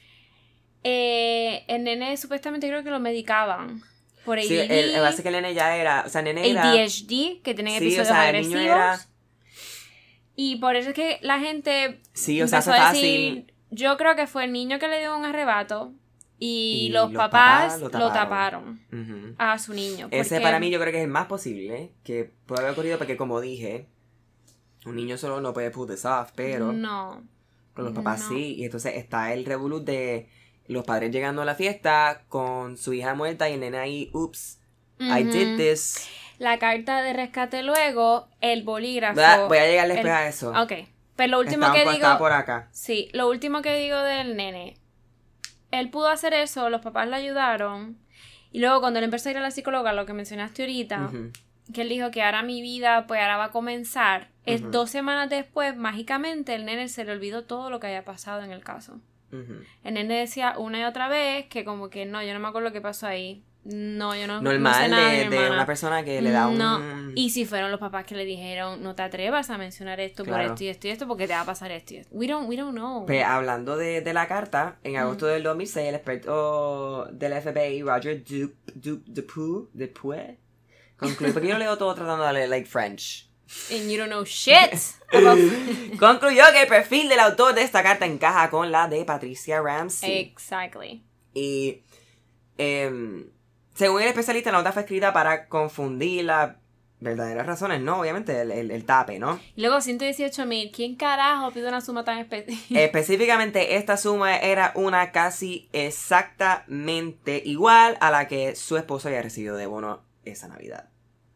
El nene supuestamente creo que lo medicaban por ADD. Sí, el base que el nene ya era, o sea, el nene era... ADHD, que tenía episodios agresivos. El niño era... Y por eso es que la gente empezó a decir, yo creo que fue el niño que le dio un arrebato y los papás lo taparon a su niño. Ese para mí yo creo que es el más posible que puede haber ocurrido porque como dije, un niño solo no puede pull this off, pero con los papás sí. Y entonces está el revolú de los padres llegando a la fiesta con su hija muerta y el nene ahí, oops, I did this. La carta de rescate luego, el bolígrafo. Voy a llegar después a eso. Ok. Pero lo último que digo... Estaba por acá. Sí, lo último que digo del nene. Él pudo hacer eso, los papás lo ayudaron. Y luego cuando él empezó a ir a la psicóloga, lo que mencionaste ahorita, que él dijo que ahora mi vida, pues ahora va a comenzar. Es 2 semanas después, mágicamente, el nene se le olvidó todo lo que había pasado en el caso. El nene decía una y otra vez que como que no, yo no me acuerdo qué pasó ahí. No, yo no normal, no sé nada de una persona que le da un... No, y si fueron los papás que le dijeron, no te atrevas a mencionar esto por esto y esto y esto, porque te va a pasar esto y esto. We don't know. Pues hablando de la carta, en agosto del 2006, el experto del FBI, Roger Dupuy, concluyó, porque yo lo leo todo tratando de darle like French. And you don't know shit. Concluyó que el perfil del autor de esta carta encaja con la de Patricia Ramsey. Exactly. Y... según el especialista, la nota fue escrita para confundir las verdaderas razones, ¿no? Obviamente, el tape, ¿no? Y luego 118,000. ¿Quién carajo pide una suma tan específica? Específicamente, esta suma era una casi exactamente igual a la que su esposo había recibido de bono esa Navidad.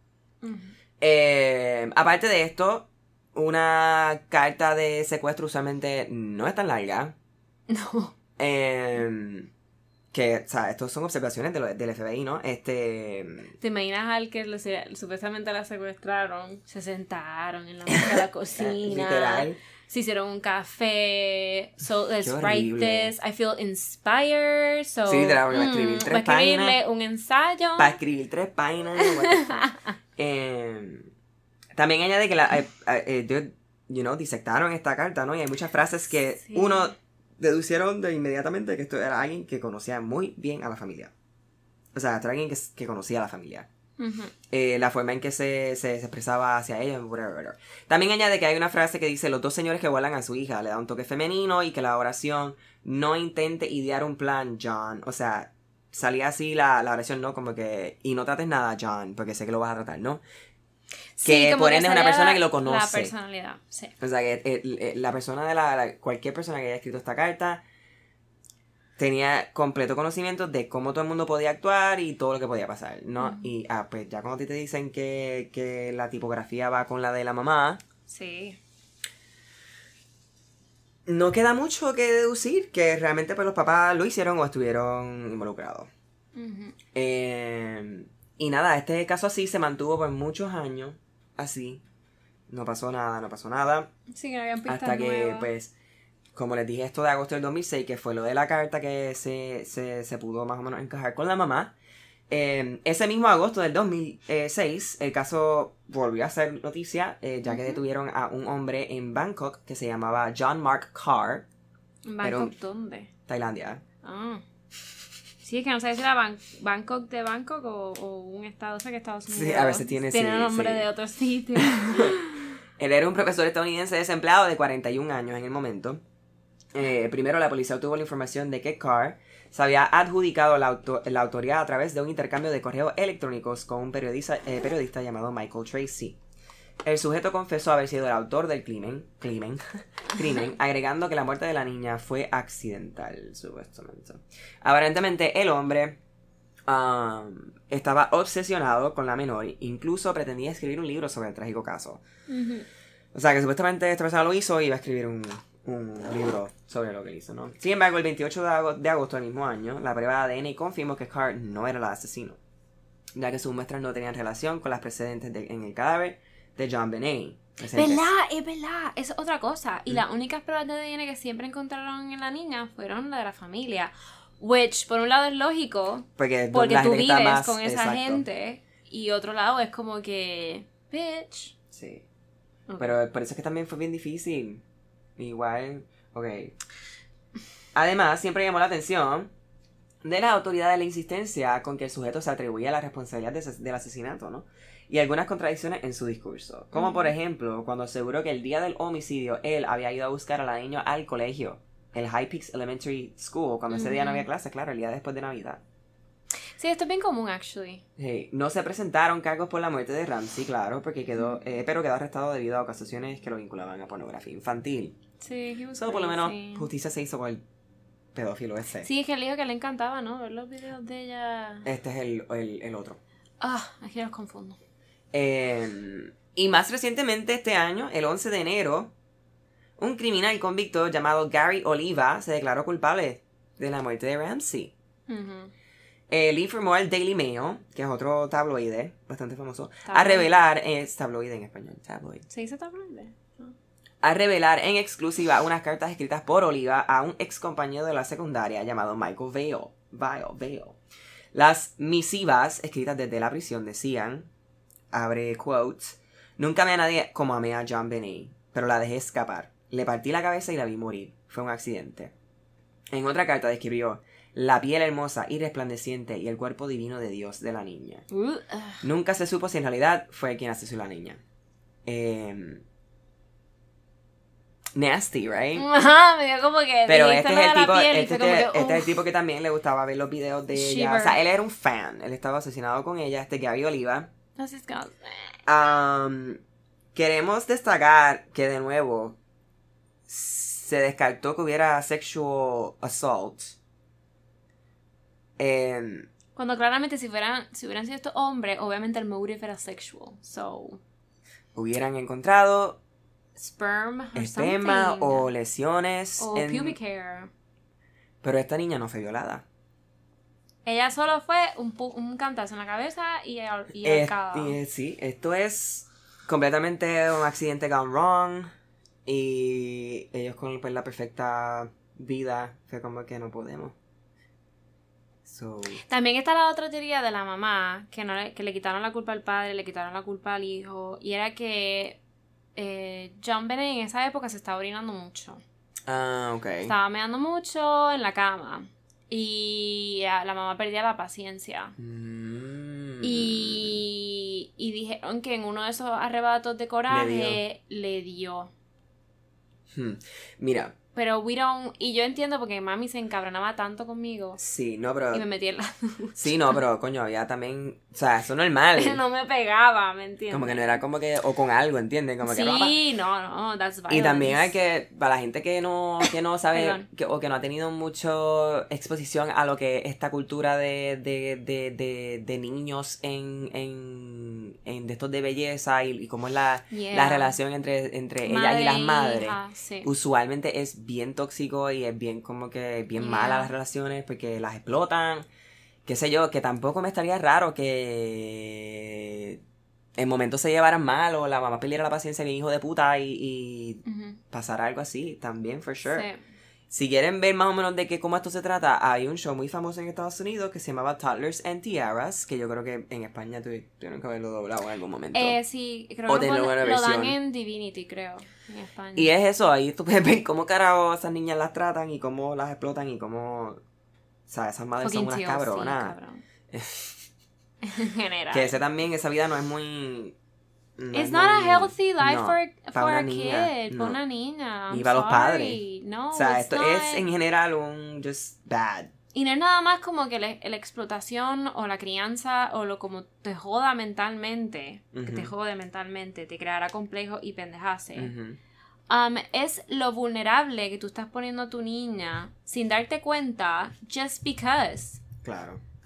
Aparte de esto, una carta de secuestro usualmente no es tan larga. No. Que, o sea, estos son observaciones del FBI, ¿no? ¿Te imaginas al que supuestamente la secuestraron? Se sentaron en la mesa de la cocina. Literal. Se hicieron un café. So, let's write this. I feel inspired. So, sí, literal, porque va a escribir 3 páginas. Para escribirle un ensayo. Para escribir 3 páginas. También añade que disectaron esta carta, ¿no? Y hay muchas frases que uno... deducieron de inmediatamente que esto era alguien que conocía muy bien a la familia. O sea, esto era alguien que conocía a la familia. La forma en que se expresaba hacia ellos, whatever. También añade que hay una frase que dice: los 2 señores que vuelan a su hija, le da un toque femenino, y que la oración: no intente idear un plan, John. O sea, salía así la oración, ¿no? Como que, y no trates nada, John, porque sé que lo vas a tratar, ¿no? Sí, que por ende es una persona que lo conoce. La personalidad, sí. O sea, que la persona cualquier persona que haya escrito esta carta tenía completo conocimiento de cómo todo el mundo podía actuar y todo lo que podía pasar, ¿no? Y pues ya cuando te dicen que la tipografía va con la de la mamá. Sí. No queda mucho que deducir que realmente pues los papás lo hicieron o estuvieron involucrados. Y nada, este caso así se mantuvo por muchos años, así. No pasó nada. Sí, que no habían pistas hasta que, nuevas. pues, como les dije, esto de agosto del 2006, que fue lo de la carta que se pudo más o menos encajar con la mamá. Ese mismo agosto del 2006, el caso volvió a ser noticia, ya que detuvieron a un hombre en Bangkok que se llamaba John Mark Carr. ¿En Bangkok dónde? Tailandia. Ah. Sí, es que no sé si era Bangkok de Bangkok o un estado, o sea que Estados Unidos. Sí, a veces tiene nombre de otro sitio. Él era un profesor estadounidense desempleado de 41 años en el momento. Primero la policía obtuvo la información de que Carr se había adjudicado la autoría a través de un intercambio de correos electrónicos con un periodista llamado Michael Tracy. El sujeto confesó haber sido el autor del crimen, agregando que la muerte de la niña fue accidental, supuestamente. Aparentemente, el hombre estaba obsesionado con la menor, incluso pretendía escribir un libro sobre el trágico caso. Ujú. O sea, que supuestamente esta persona lo hizo y iba a escribir un libro sobre lo que hizo, ¿no? Sin embargo, el 28 de agosto del mismo año, la prueba de ADN confirmó que Carr no era el asesino, ya que sus muestras no tenían relación con las precedentes en el cadáver de John Benet. ¿Verdad? Es verdad. Eso es otra cosa. Y las únicas pruebas de ADN que siempre encontraron en la niña fueron la de la familia. Which, por un lado, es lógico. Porque tú vives más, con esa exacto. gente. Y otro lado es como que... Bitch. Sí. Okay. Pero por eso es que también fue bien difícil. Igual... Ok. Además, siempre llamó la atención de las autoridades la insistencia con que el sujeto se atribuía la responsabilidad del asesinato, ¿no? Y algunas contradicciones en su discurso. Como por ejemplo, cuando aseguró que el día del homicidio él había ido a buscar a la niña al colegio, el High Peaks Elementary School, cuando ese día no había clase, claro, el día después de Navidad. Sí, esto es bien común, actually. No se presentaron cargos por la muerte de Ramsey, claro, porque pero quedó arrestado debido a acusaciones que lo vinculaban a pornografía infantil. Sí, he was So, por lo menos, crazy. justicia se hizo con el pedófilo ese. Sí, es que él dijo que le encantaba, ¿no? Ver los videos de ella. Este es el otro. Es que los confundo. Y más recientemente este año, el 11 de enero, un criminal convicto llamado Gary Oliva se declaró culpable de la muerte de Ramsey. Uh-huh. Le informó al Daily Mail, que es otro tabloide bastante famoso, Tabloide. a revelar, es tabloide en español, tabloide. ¿Se dice tabloide? A revelar en exclusiva unas cartas escritas por Oliva a un ex compañero de la secundaria llamado Michael Vale. Las misivas escritas desde la prisión decían, abre quotes, nunca amé a nadie como amé a John Benet, pero la dejé escapar. Le partí la cabeza y la vi morir. Fue un accidente. En otra carta describió la piel hermosa y resplandeciente y el cuerpo divino de Dios de la niña. Nunca se supo si en realidad fue quien asesinó a la niña. Nasty, right? Ajá, me dio como que... Pero este es el tipo, piel, este es el tipo que también le gustaba ver los videos de ella. Shiver. O sea, él era un fan. Él estaba asesinado con ella, Gary Oliva. That's disgusting. Queremos destacar que de nuevo se descartó que hubiera sexual assault. Cuando claramente si hubieran sido estos hombres, obviamente el motive era sexual. So... Hubieran encontrado Sperm or esperma something. o lesiones. O pubic hair. Pero esta niña no fue violada. Ella solo fue un cantazo en la cabeza y ahorcada. Sí, esto es completamente un accidente gone wrong. Y ellos con pues, la perfecta vida fue como que no podemos. So... También está la otra teoría de la mamá, que le quitaron la culpa al padre, le quitaron la culpa al hijo. Y era que John Benet en esa época se estaba orinando mucho. Ok. Estaba meando mucho en la cama. Y la mamá perdía la paciencia. Y dijeron que en uno de esos arrebatos de coraje le dio. Mira. Pero y yo entiendo porque mami se encabronaba tanto conmigo. Sí, no, pero... Y me metí en la ducha. Sí, no, pero coño, había también... O sea, eso es normal. No me pegaba, ¿me entiendes? Como que no era como que... O con algo, ¿entiendes? Como que... Sí, no, that's violence. Y también hay que... Para la gente que no sabe... o que no ha tenido mucha exposición a lo que esta cultura de niños en de estos de belleza y cómo es la relación entre ellas y las madres. Sí. Usualmente es bien tóxico y es bien como que bien mala las relaciones porque las explotan, qué sé yo, que tampoco me estaría raro que en momentos se llevaran mal o la mamá perdiera la paciencia bien hijo de puta y pasara algo así también, for sure. Sí. Si quieren ver más o menos de cómo esto se trata, hay un show muy famoso en Estados Unidos que se llamaba Toddlers and Tiaras, que yo creo que en España tuvieron que haberlo doblado en algún momento. Sí, creo que lo dan en Divinity, creo, en España. Y es eso, ahí tú puedes ver cómo carajo esas niñas las tratan y cómo las explotan y cómo... O sea, esas madres son unas cabronas. Sí, en general. Que esa vida no es muy... It's not a healthy life for una a niña, kid, para una niña. Ni para los padres. No, o sea, esto es en general un just bad. Y no es nada más como que la explotación o la crianza o lo como te joda mentalmente, que te jode mentalmente, te creará complejo y pendejase. Es lo vulnerable que tú estás poniendo a tu niña sin darte cuenta, just because. Claro.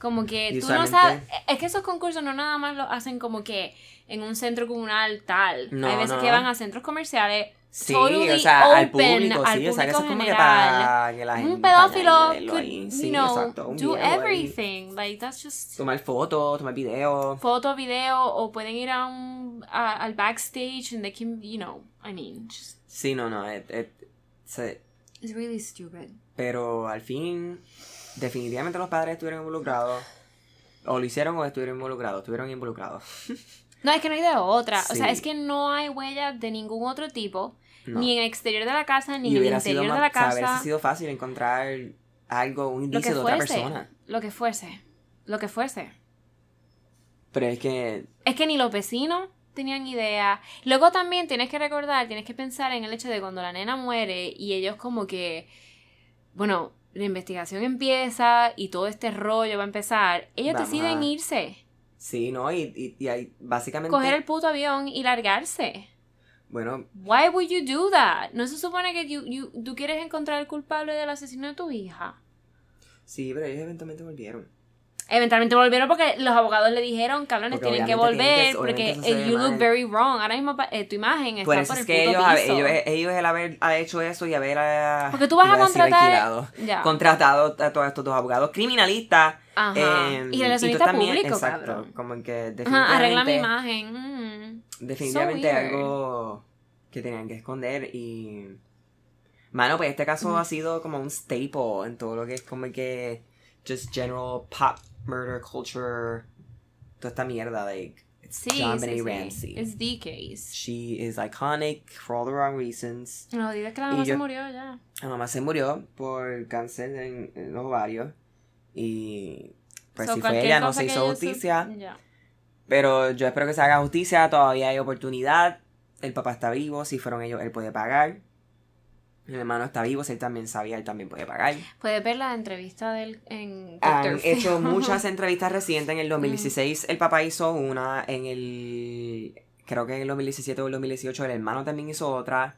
Como que Y tú no usualmente- sabes... Es que esos concursos no nada más lo hacen como que en un centro comunal tal. No, Hay veces no. que van a centros comerciales Sí, totally o sea, al open, público, al sí, o sea, que eso es público como que general. para que la gente Un vaya y pedófilo verlo could, ahí. you Sí, know, exacto, un do viejo ahí. everything. Like, that's just... Tomar fotos, tomar videos. Foto, video, o pueden ir al backstage and they can, you know, I mean, just... Sí, no, It's really stupid. pero al fin, definitivamente los padres estuvieron involucrados. O lo hicieron o estuvieron involucrados. No, es que no hay de otra. O sea, Sí. es que no hay huellas de ningún otro tipo. No. Ni en el exterior de la casa, ni Y en el hubiera sido interior más, de la o sea, hubiera casa. sido fácil encontrar algo, un Lo indicio que de otra fuese. persona. Lo que fuese. Lo que fuese. Pero es que, Es que ni los vecinos tenían idea. Luego también tienes que recordar, tienes que pensar en el hecho de cuando la nena muere y ellos como que, bueno, la investigación empieza y todo este rollo va a empezar. Ellos Vamos deciden a- irse, sí, ¿no? Y ahí, básicamente, coger el puto avión y largarse. bueno, Why would you do that? ¿No se supone que tú quieres encontrar al culpable del asesino de tu hija? sí, pero ellos eventualmente volvieron. Eventualmente volvieron porque los abogados le dijeron, cabrones, Porque tienen que obviamente volver obviamente porque eso se ve you look mal. very wrong. Ahora mismo tu imagen está Por eso por es el que puto ellos, piso. ellos el haber hecho eso y haber Porque tú vas iba a decir contratar... alquilado, Ya. contratado a todos estos dos abogados criminalistas. Ajá. Y tú relacionista también, público, exacto, cabrón. como que Ajá, arregla mi definitivamente, imagen. definitivamente So weird. algo que tenían que esconder y... Mano, pues este caso ha sido como un staple en todo lo que es como que just general pop murder culture, toda esta mierda, like, it's Sí, JonBenet sí. Ramsey. It's the case. She is iconic for all the wrong reasons. Lo digo es que la Y mamá se yo- murió ya. La mamá se murió por cáncer en los ovarios y pues So, si fue cualquier ella no cosa se que hizo ella justicia, Ya. pero yo espero que se haga justicia, todavía hay oportunidad, el papá está vivo, si fueron ellos él puede pagar, mi hermano está vivo, si él también sabía, él también puede pagar. Puedes ver la entrevista de él en Han Dr. hecho Phil. muchas entrevistas recientes. En el 2016 el papá hizo una. Creo que en el 2017 o el 2018 el hermano también hizo otra.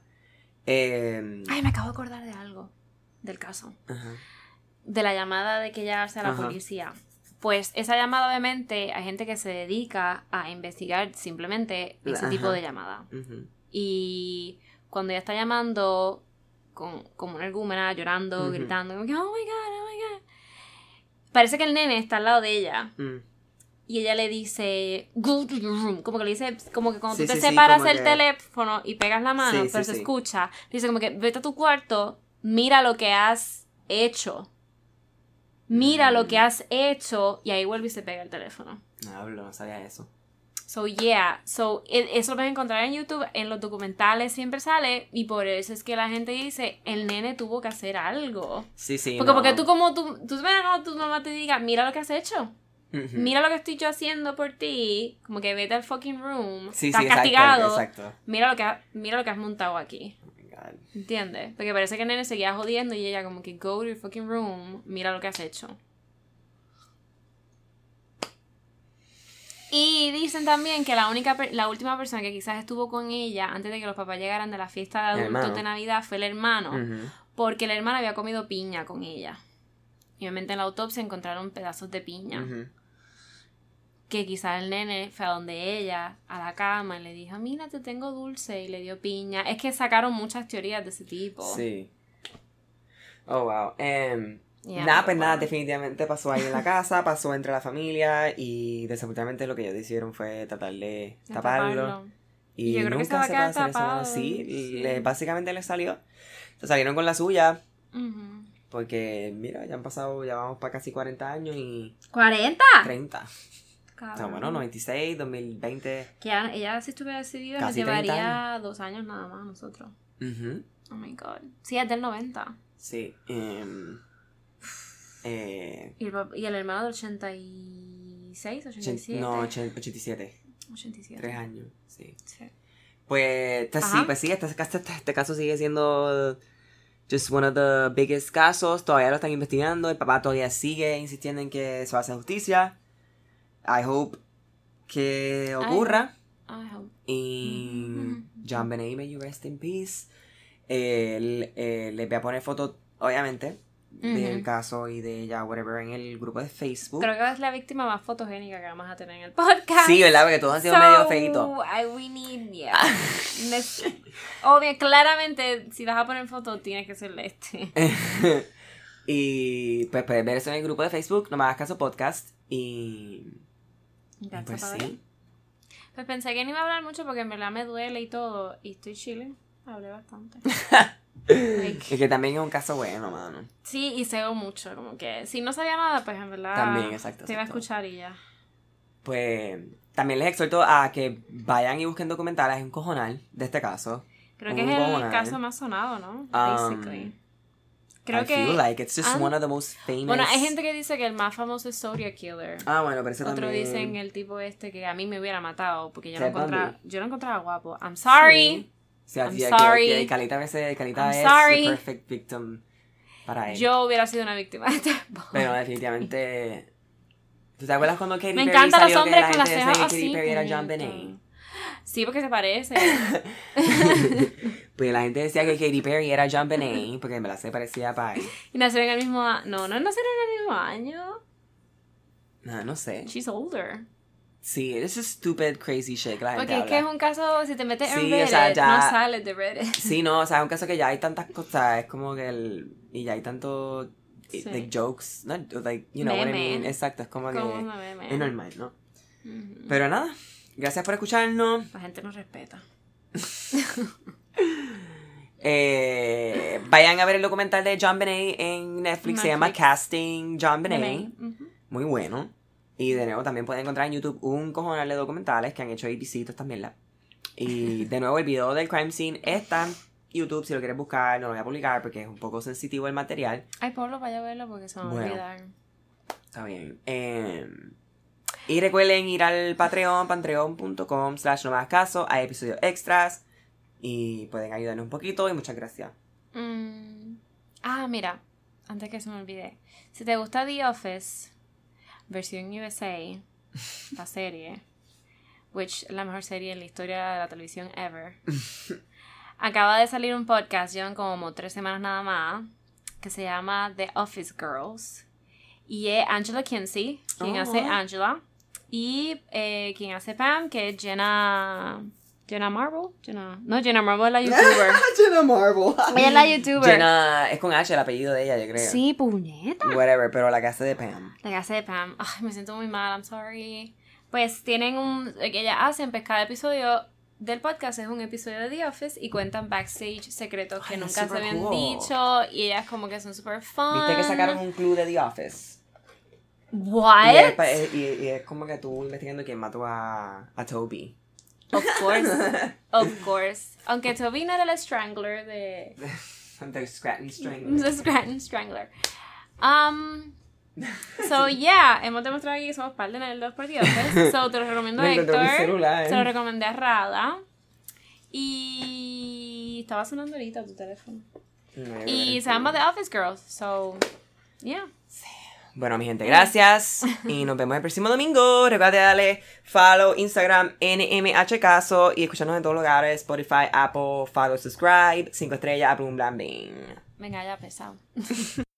Ay, me acabo de acordar de algo. Del caso. Ajá. De la llamada de que llamarse a la Ajá. policía. Pues esa llamada, obviamente, hay gente que se dedica a investigar simplemente ese Ajá. tipo de llamada. Ujú. Y cuando ella está llamando como una energúmena, llorando, Ujú. gritando, como que, oh my god. Parece que el nene está al lado de ella. Mm. Y ella le dice, go to your room. Como que le dice, como que cuando Sí, tú te sí, sí, separas como el que- teléfono y pegas la mano, Sí, pero sí, se sí. escucha. Dice como que, vete a tu cuarto, mira lo que has hecho. Mira lo que has hecho. Y ahí vuelve y se pega el teléfono. No sabía eso. So, yeah. So, eso lo puedes encontrar en YouTube. En los documentales siempre sale. Y por eso es que la gente dice, el nene tuvo que hacer algo. Sí, sí. Porque no. tú como tú ves cuando tu mamá te diga, mira lo que has hecho. Ujú. Mira lo que estoy yo haciendo por ti. Como que vete al fucking room. Sí, Estás sí, castigado. exacto. Mira lo que has montado aquí. Oh my God. ¿Entiendes? Porque parece que el nene seguía jodiendo y ella como que go to your fucking room. Mira lo que has hecho. Y dicen también que la última persona que quizás estuvo con ella antes de que los papás llegaran de la fiesta de El adultos hermano. de Navidad fue el hermano. Ujú. Porque el hermano había comido piña con ella. Y obviamente en la autopsia encontraron pedazos de piña. Ujú. Que quizás el nene fue a donde ella, a la cama, y le dijo, mira, te tengo dulce, y le dio piña. Es que sacaron muchas teorías de ese tipo. Sí. Oh, wow. Yeah, Nada, pues bueno. nada, definitivamente pasó ahí en la casa, pasó entre la familia y desafortunadamente lo que ellos hicieron fue tratar de taparlo. Y Yo creo que se va nunca a se quedar puede hacer eso, mano. tapado. Sí, Sí. básicamente les salió. Se salieron con la suya Ujú. porque, mira, ya vamos para casi 40 años y ¿40? 30. O sea, bueno, 96, 2020. Que ella si estuviera decidido nos Casi 30 llevaría 2 años nada más a nosotros. Ujú. Oh my god. Sí, es del 90. Sí. Y el hermano del 86, 87. No, 87. 87. 3 años, sí. Sí. Pues, Ajá. este caso sigue siendo just one of the biggest casos. Todavía lo están investigando. El papá todavía sigue insistiendo en que se va a hacer justicia. I hope que ocurra. I hope. Y Ujú. JonBenet, may you rest in peace. Les voy a poner fotos, obviamente, del caso y de ella, whatever, en el grupo de Facebook. Creo que es la víctima más fotogénica que vamos a tener en el podcast. Sí, ¿verdad? Porque todos han sido medio feitos. We need, yeah. Obvio, claramente, si vas a poner foto, tiene que ser este. Y pues puedes ver eso en el grupo de Facebook, No Me Hagas Caso Podcast. Y pues sí. Pues pensé que no iba a hablar mucho porque en verdad me duele y todo. Y estoy chilling. Hablé bastante. Es que también es un caso bueno, mano. Sí, y sé mucho. Como que si no sabía nada, pues en verdad. También, exacto. Te iba a escuchar y ya. Pues también les exhorto a que vayan y busquen documentales. Es un cojonal de este caso. Creo que es el caso más sonado, ¿no? Basically. Creo que feel like it's just one of the most famous. Bueno, hay gente que dice que el más famoso es Zodiac Killer. Bueno, pero ese Otro también. dicen el tipo este que a mí me hubiera matado porque yo lo encontraba guapo. I'm sorry. Sí. I'm sorry. Que Calita es sorry. the perfect victim para él. Yo hubiera sido una víctima de este. Pero definitivamente. ¿Tú te acuerdas cuando Katy Perry me encantan los salió hombres que con la las gente cejas decía que así? Katy Perry era John Benet? Sí, porque se parece. Pues la gente decía que Katy Perry era John Benet porque en verdad se parecía a Pai. Y nacieron en el mismo año. No nacieron en el mismo año. No sé. She's older. Sí, es just stupid, crazy shit que la gente porque es que es un caso, si te metes en Sí, Reddit, o sea, ya- no sales de Reddit. Sí, no, o sea, es un caso que ya hay tantas cosas, es como que y ya hay tanto Sí. like jokes, not like, you know what I Meme. mean. Exacto, es como Como que una meme. es normal, ¿no? Pero nada, gracias por escucharnos. La gente nos respeta. Vayan a ver el documental de John Benet en Netflix, se llama Casting John Benet. Muy bueno. Y de nuevo también pueden encontrar en YouTube un cojonal de documentales que han hecho ABCs también. Y de nuevo el video del crime scene está en YouTube, si lo quieres buscar, no lo voy a publicar porque es un poco sensitivo el material. Ay, Pablo, vaya a verlo porque se me va a olvidar. Está bien. Y recuerden ir al Patreon, patreon.com/nomascaso, hay episodios extras y pueden ayudarnos un poquito y muchas gracias. Mira, antes que se me olvide, si te gusta The Office versión USA, la serie, which es la mejor serie en la historia de la televisión ever, acaba de salir un podcast, llevan como 3 semanas nada más, que se llama The Office Girls, y es Angela Kinsey quien hace Angela, y quien hace Pam, que es Jenna Marble. Jenna Marble es la youtuber. Jenna Marble. Ella es la youtuber. Jenna es con H el apellido de ella, yo creo. Sí, puñeta. Whatever, pero la que hace de Pam. La que hace de Pam. Ay, me siento muy mal, I'm sorry. Pues tienen que ella hacen, pues cada episodio del podcast es un episodio de The Office y cuentan backstage secretos que nunca se habían dicho y ellas como que son super fun. ¿Viste que sacaron un clue de The Office? What? Y es como que tú investigando quién mató a Toby. Of course. Aunque Toby no era el Strangler de... The Scranton Strangler. The Scranton Strangler. So, yeah, hemos demostrado aquí que somos par de nerdos por The Office. So, te lo recomiendo a Héctor. Se lo recomendé a Rada. Y estaba sonando ahorita tu teléfono. Y se llama The Office Girls. So, yeah. Bueno, mi gente, gracias. Y nos vemos el próximo domingo. Recuerda darle follow, Instagram, NMHcaso. Y escucharnos en todos los lugares. Spotify, Apple, follow, subscribe. 5 estrellas, Apple, un Bling. Venga, ya pesado.